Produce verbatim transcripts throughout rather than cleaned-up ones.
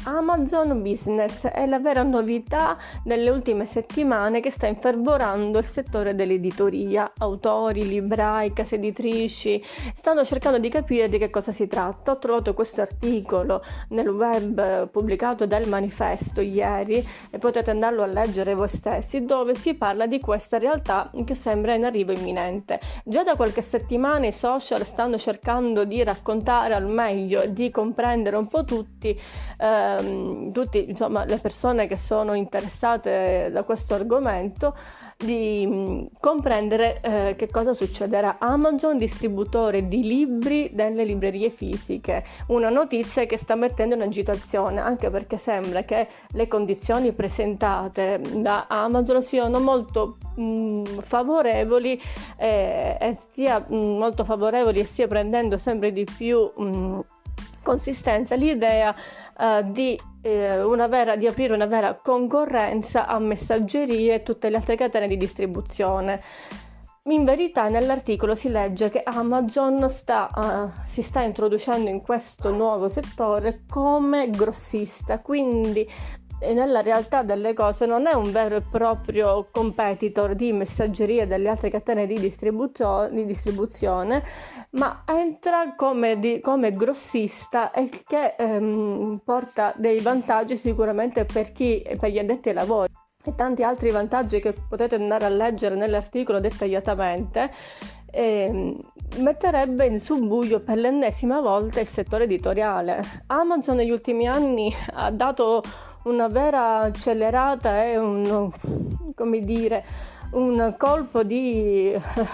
Amazon Business è la vera novità delle ultime settimane che sta infervorando il settore dell'editoria. Autori, librai, case editrici stanno cercando di capire di che cosa si tratta. Ho trovato questo articolo nel web pubblicato dal Manifesto ieri e potete andarlo a leggere voi stessi, dove si parla di questa realtà che sembra in arrivo imminente. Già da qualche settimana i social stanno cercando di raccontare al meglio, di comprendere un po' tutti ehm, tutti insomma le persone che sono interessate da questo argomento, di mh, comprendere eh, che cosa succederà. Amazon, distributore di libri delle librerie fisiche, una notizia che sta mettendo in agitazione, anche perché sembra che le condizioni presentate da Amazon siano molto mh, favorevoli eh, e stia mh, molto favorevoli e stia prendendo sempre di più mh, consistenza l'idea uh, di, eh, una vera, di aprire una vera concorrenza a messaggerie e tutte le altre catene di distribuzione. In verità nell'articolo si legge che Amazon sta, uh, si sta introducendo in questo nuovo settore come grossista, quindi e nella realtà delle cose non è un vero e proprio competitor di messaggeria delle altre catene di, distribuzio- di distribuzione, ma entra come, di, come grossista, e che ehm, porta dei vantaggi sicuramente per chi, per gli addetti ai lavori, e tanti altri vantaggi che potete andare a leggere nell'articolo dettagliatamente. E metterebbe in subbuglio per l'ennesima volta il settore editoriale. Amazon negli ultimi anni ha dato una vera accelerata e un, come dire, un colpo di,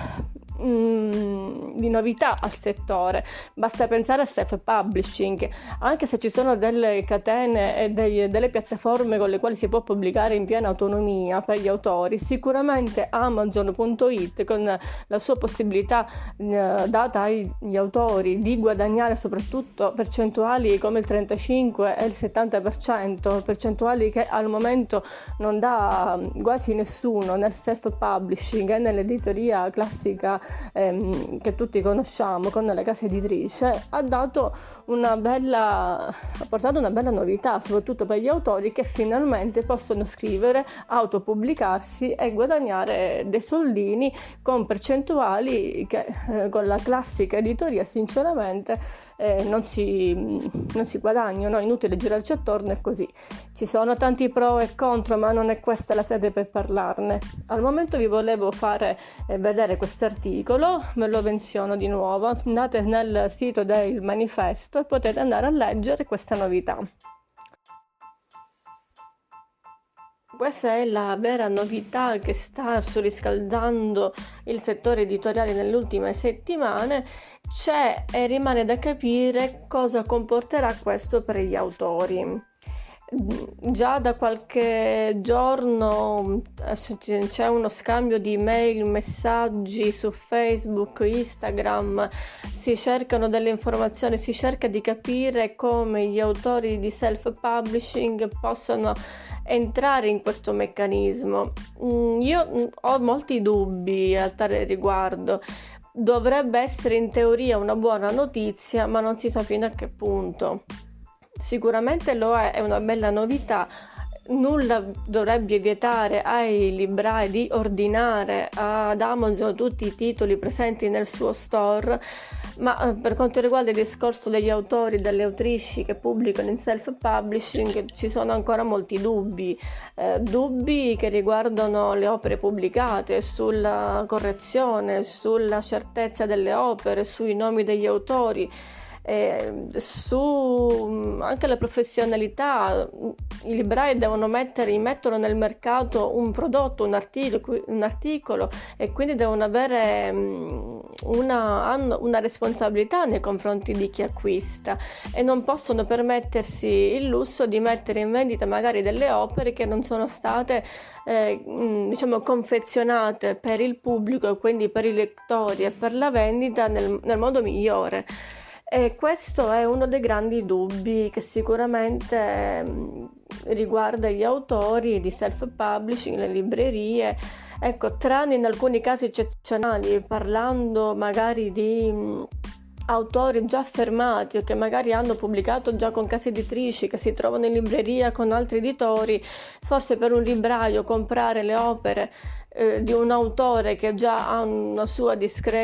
di novità al settore. Basta pensare a self-publishing, anche se ci sono delle catene e dei, delle piattaforme con le quali si può pubblicare in piena autonomia per gli autori. Sicuramente Amazon punto it, con la sua possibilità eh, data agli autori di guadagnare soprattutto percentuali come il trentacinque e il settanta per cento, percentuali che al momento non dà quasi nessuno nel self-publishing e nell'editoria classica ehm, che tutti conosciamo con le case editrici, ha dato una bella ha portato una bella novità, soprattutto per gli autori, che finalmente possono scrivere, autopubblicarsi e guadagnare dei soldini con percentuali che eh, con la classica editoria sinceramente eh, non si non si guadagnano. È inutile girarci attorno, è così. Ci sono tanti pro e contro, ma non è questa la sede per parlarne. Al momento vi volevo fare eh, vedere questo articolo, ve lo menziono di nuovo, andate nel sito del Manifesto e potete andare a leggere questa novità. Questa è la vera novità che sta surriscaldando il settore editoriale nelle ultime settimane. C'è e rimane da capire cosa comporterà questo per gli autori. Già da qualche giorno c'è uno scambio di mail, messaggi su Facebook, Instagram, si cercano delle informazioni, si cerca di capire come gli autori di self-publishing possano entrare in questo meccanismo. Io ho molti dubbi a tale riguardo. Dovrebbe essere in teoria una buona notizia, ma non si sa fino a che punto. Sicuramente lo è, è una bella novità. Nulla dovrebbe vietare ai librai di ordinare ad Amazon tutti i titoli presenti nel suo store, ma per quanto riguarda il discorso degli autori e delle autrici che pubblicano in self-publishing ci sono ancora molti dubbi, eh, dubbi che riguardano le opere pubblicate, sulla correzione, sulla certezza delle opere, sui nomi degli autori. Eh, su anche la professionalità. I librai devono mettere, mettono nel mercato un prodotto, un articolo, un articolo e quindi devono avere una, hanno una responsabilità nei confronti di chi acquista, e non possono permettersi il lusso di mettere in vendita magari delle opere che non sono state eh, diciamo confezionate per il pubblico e quindi per i lettori e per la vendita nel, nel modo migliore. E questo è uno dei grandi dubbi che sicuramente mh, riguarda gli autori di self-publishing, le librerie. Ecco, tranne in alcuni casi eccezionali, parlando magari di mh, autori già affermati o che magari hanno pubblicato già con case editrici, che si trovano in libreria con altri editori, forse per un libraio comprare le opere eh, di un autore che già ha una sua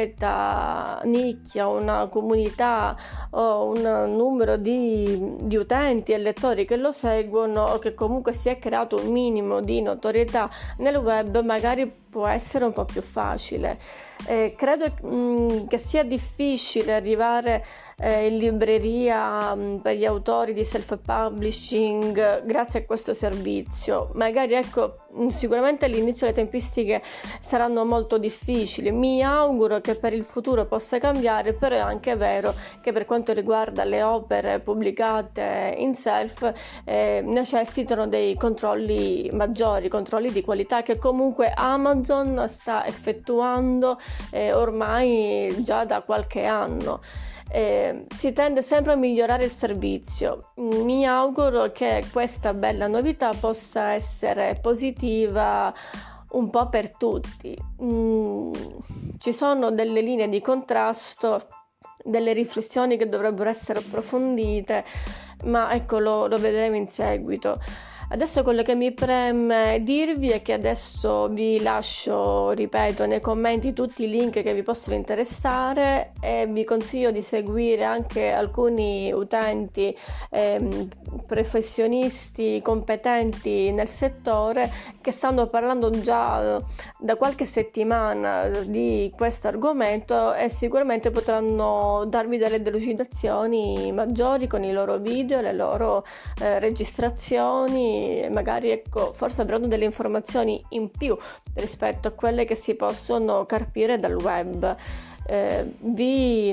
discreta nicchia, una comunità o un numero di, di utenti e lettori che lo seguono, o che comunque si è creato un minimo di notorietà nel web, magari può essere un po' più facile. Eh, credo mh, che sia difficile arrivare eh, in libreria mh, per gli autori di self-publishing grazie a questo servizio. Magari ecco, mh, sicuramente all'inizio le tempistiche saranno molto difficili. Mi auguro che per il futuro possa cambiare, però è anche vero che per quanto riguarda le opere pubblicate in self eh, necessitano dei controlli maggiori, controlli di qualità che comunque Amazon sta effettuando eh, ormai già da qualche anno. Eh, si tende sempre a migliorare il servizio. Mi auguro che questa bella novità possa essere positiva un po' per tutti. Mm, ci sono delle linee di contrasto, delle riflessioni che dovrebbero essere approfondite, ma ecco lo, lo vedremo in seguito. Adesso quello che mi preme dirvi è che adesso vi lascio, ripeto, nei commenti tutti i link che vi possono interessare e vi consiglio di seguire anche alcuni utenti eh, professionisti competenti nel settore che stanno parlando già da qualche settimana di questo argomento e sicuramente potranno darvi delle delucidazioni maggiori con i loro video, le loro eh, registrazioni. Magari ecco, forse avranno delle informazioni in più rispetto a quelle che si possono carpire dal web. Eh, vi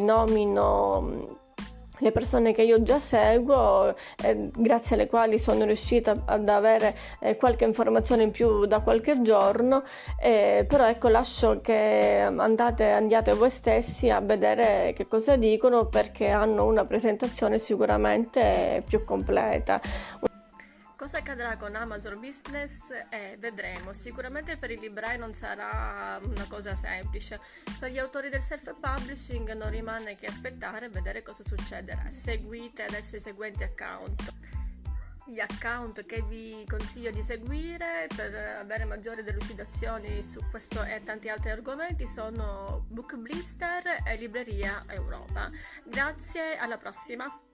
nomino le persone che io già seguo, eh, grazie alle quali sono riuscita ad avere eh, qualche informazione in più da qualche giorno, eh, però ecco, lascio che andate, andiate voi stessi a vedere che cosa dicono, perché hanno una presentazione sicuramente più completa. Cosa accadrà con Amazon Business? Eh, vedremo. Sicuramente per i librai non sarà una cosa semplice. Per gli autori del self-publishing non rimane che aspettare e vedere cosa succederà. Seguite adesso i seguenti account. Gli account che vi consiglio di seguire per avere maggiori delucidazioni su questo e tanti altri argomenti sono Book Blister e Libreria Europa. Grazie, alla prossima!